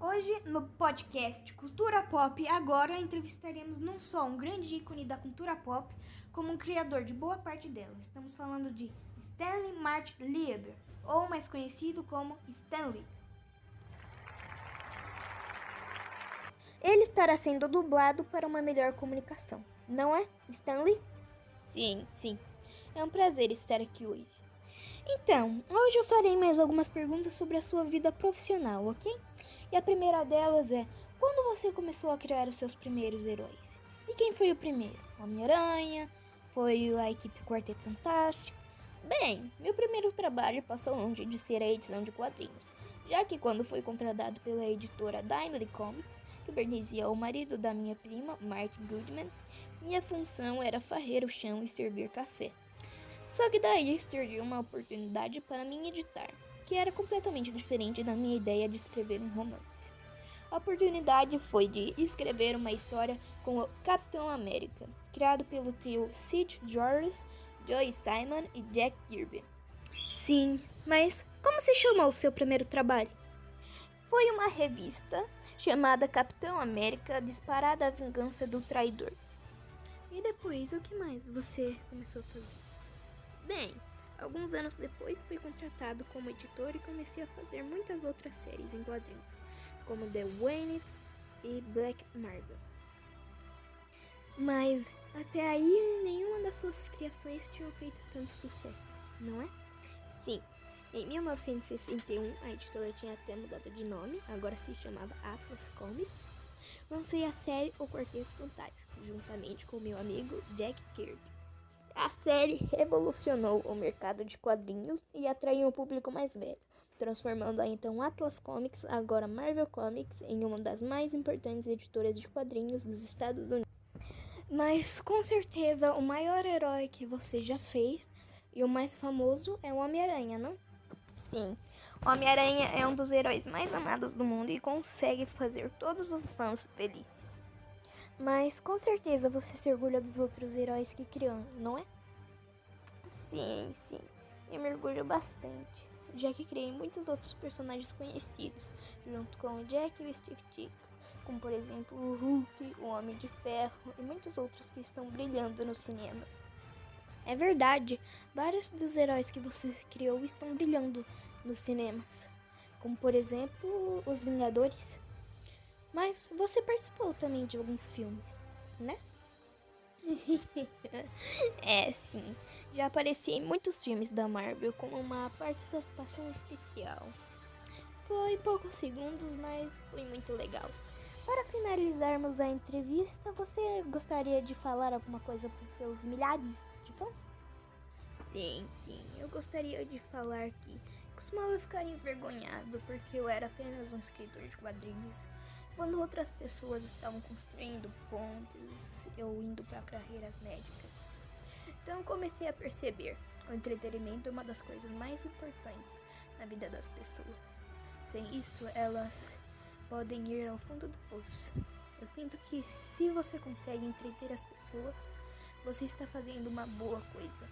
Hoje, no podcast Cultura Pop, agora entrevistaremos não só um grande ícone da cultura pop, como um criador de boa parte dela. Estamos falando de Stanley Martin Lieber, ou mais conhecido como Stanley. Ele estará sendo dublado para uma melhor comunicação, não é, Stanley? Sim. É um prazer estar aqui hoje. Então, hoje eu farei mais algumas perguntas sobre a sua vida profissional, ok? E a primeira delas é: quando você começou a criar os seus primeiros heróis? E quem foi o primeiro? Homem-Aranha? Foi a equipe Quarteto Fantástico? Bem, meu primeiro trabalho passou longe de ser a edição de quadrinhos, já que quando fui contratado pela editora Dynamite Comics, que pertencia ao marido da minha prima, Martin Goodman, minha função era varrer o chão e servir café. Só que daí surgiu uma oportunidade para mim editar, que era completamente diferente da minha ideia de escrever um romance. A oportunidade foi de escrever uma história com o Capitão América, criado pelo trio Sid George, Joe Simon e Jack Kirby. Sim, mas como se chamou o seu primeiro trabalho? Foi uma revista chamada Capitão América Disparada à Vingança do Traidor. E depois, o que mais você começou a fazer? Bem, alguns anos depois fui contratado como editor e comecei a fazer muitas outras séries em quadrinhos, como The Wayne e Black Marvel. Mas até aí nenhuma das suas criações tinha feito tanto sucesso, não é? Sim, em 1961 a editora tinha até mudado de nome, agora se chamava Atlas Comics. Lancei a série O Quarteto Fantástico, juntamente com meu amigo Jack Kirby. A série revolucionou o mercado de quadrinhos e atraiu um público mais velho, transformando a então Atlas Comics, agora Marvel Comics, em uma das mais importantes editoras de quadrinhos dos Estados Unidos. Mas com certeza o maior herói que você já fez e o mais famoso é o Homem-Aranha, não? Sim, o Homem-Aranha é um dos heróis mais amados do mundo e consegue fazer todos os fãs felizes. Mas com certeza você se orgulha dos outros heróis que criou, não é? Sim, eu me orgulho bastante, já que criei muitos outros personagens conhecidos, junto com o Jack e o Steve Ditko, como por exemplo o Hulk, o Homem de Ferro e muitos outros que estão brilhando nos cinemas. É verdade, vários dos heróis que você criou estão brilhando nos cinemas, como por exemplo os Vingadores. Mas você participou também de alguns filmes, né? Sim. Já apareci em muitos filmes da Marvel com uma participação especial. Foi poucos segundos, mas foi muito legal. Para finalizarmos a entrevista, você gostaria de falar alguma coisa para os seus milhares de fãs? Sim, eu gostaria de falar que costumava ficar envergonhado porque eu era apenas um escritor de quadrinhos, quando outras pessoas estavam construindo pontes, eu indo para carreiras médicas. Então comecei a perceber, o entretenimento é uma das coisas mais importantes na vida das pessoas. Sem isso, elas podem ir ao fundo do poço. Eu sinto que se você consegue entreter as pessoas, você está fazendo uma boa coisa.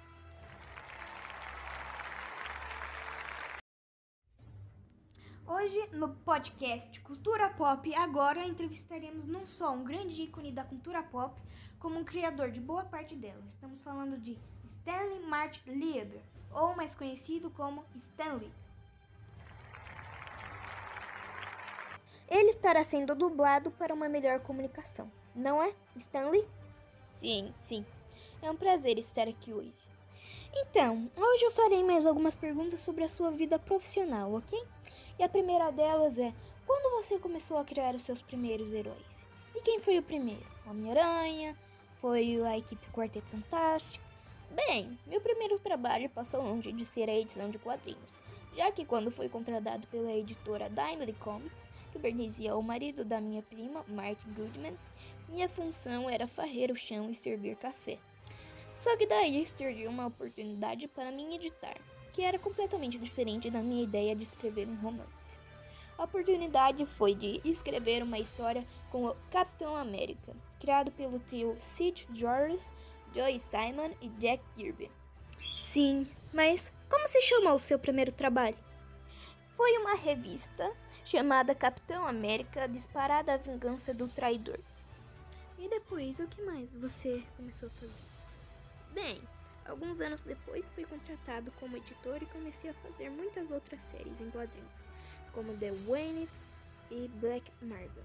Hoje, no podcast Cultura Pop, agora entrevistaremos não só um grande ícone da cultura pop, como um criador de boa parte dela. Estamos falando de Stanley Martin Lieber, ou mais conhecido como Stanley. Ele estará sendo dublado para uma melhor comunicação, não é, Stanley? Sim. É um prazer estar aqui hoje. Então, hoje eu farei mais algumas perguntas sobre a sua vida profissional, ok? E a primeira delas é: quando você começou a criar os seus primeiros heróis? E quem foi o primeiro? Homem-Aranha? Foi a equipe Quarteto Fantástico? Bem, meu primeiro trabalho passou longe de ser a edição de quadrinhos, já que quando fui contratado pela editora Dynamite Comics, que pertencia ao marido da minha prima, Martin Goodman, minha função era varrer o chão e servir café. Só que daí surgiu uma oportunidade para mim editar, que era completamente diferente da minha ideia de escrever um romance. A oportunidade foi de escrever uma história com o Capitão América, criado pelo trio Sid George, Joe Simon e Jack Kirby. Sim, mas como se chamou o seu primeiro trabalho? Foi uma revista chamada Capitão América, disparada a vingança do traidor. E depois, o que mais você começou a fazer? Bem, alguns anos depois fui contratado como editor e comecei a fazer muitas outras séries em quadrinhos, como The Wayne e Black Marvel.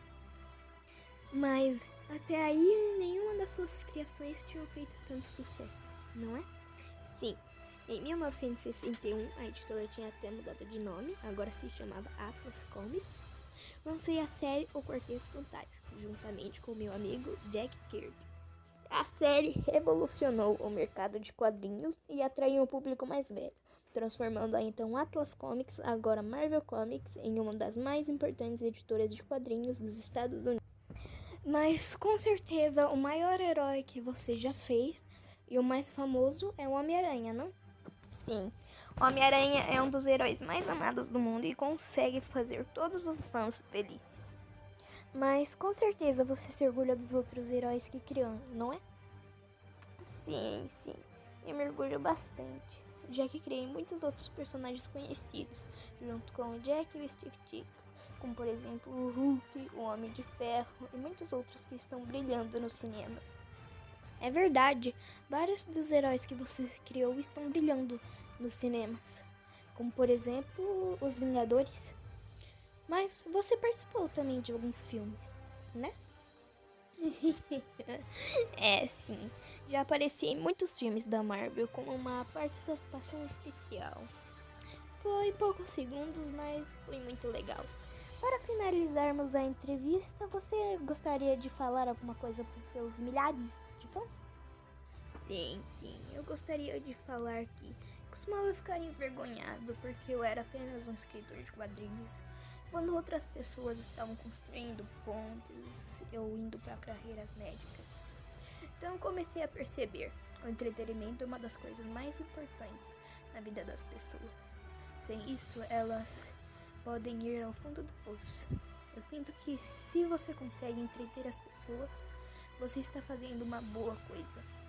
Mas até aí nenhuma das suas criações tinha feito tanto sucesso, não é? Sim, em 1961 a editora tinha até mudado de nome, agora se chamava Atlas Comics. Lancei a série O Quarteto Fantástico, juntamente com meu amigo Jack Kirby. A série revolucionou o mercado de quadrinhos e atraiu um público mais velho, transformando a então Atlas Comics, agora Marvel Comics, em uma das mais importantes editoras de quadrinhos dos Estados Unidos. Mas com certeza o maior herói que você já fez e o mais famoso é o Homem-Aranha, não? Sim, o Homem-Aranha é um dos heróis mais amados do mundo e consegue fazer todos os fãs felizes. Mas com certeza você se orgulha dos outros heróis que criou, não é? Sim, eu me orgulho bastante, já que criei muitos outros personagens conhecidos, junto com o Jack e o Steve Ditko, como por exemplo o Hulk, o Homem de Ferro e muitos outros que estão brilhando nos cinemas. É verdade, vários dos heróis que você criou estão brilhando nos cinemas, como por exemplo os Vingadores. Mas você participou também de alguns filmes, né? Sim, já apareci em muitos filmes da Marvel com uma participação especial. Foi poucos segundos, mas foi muito legal. Para finalizarmos a entrevista, você gostaria de falar alguma coisa para os seus milhares de fãs? Sim, eu gostaria de falar que costumava ficar envergonhado porque eu era apenas um escritor de quadrinhos, quando outras pessoas estavam construindo pontes, eu indo para carreiras médicas. Então comecei a perceber, o entretenimento é uma das coisas mais importantes na vida das pessoas. Sem isso, elas podem ir ao fundo do poço. Eu sinto que se você consegue entreter as pessoas, você está fazendo uma boa coisa.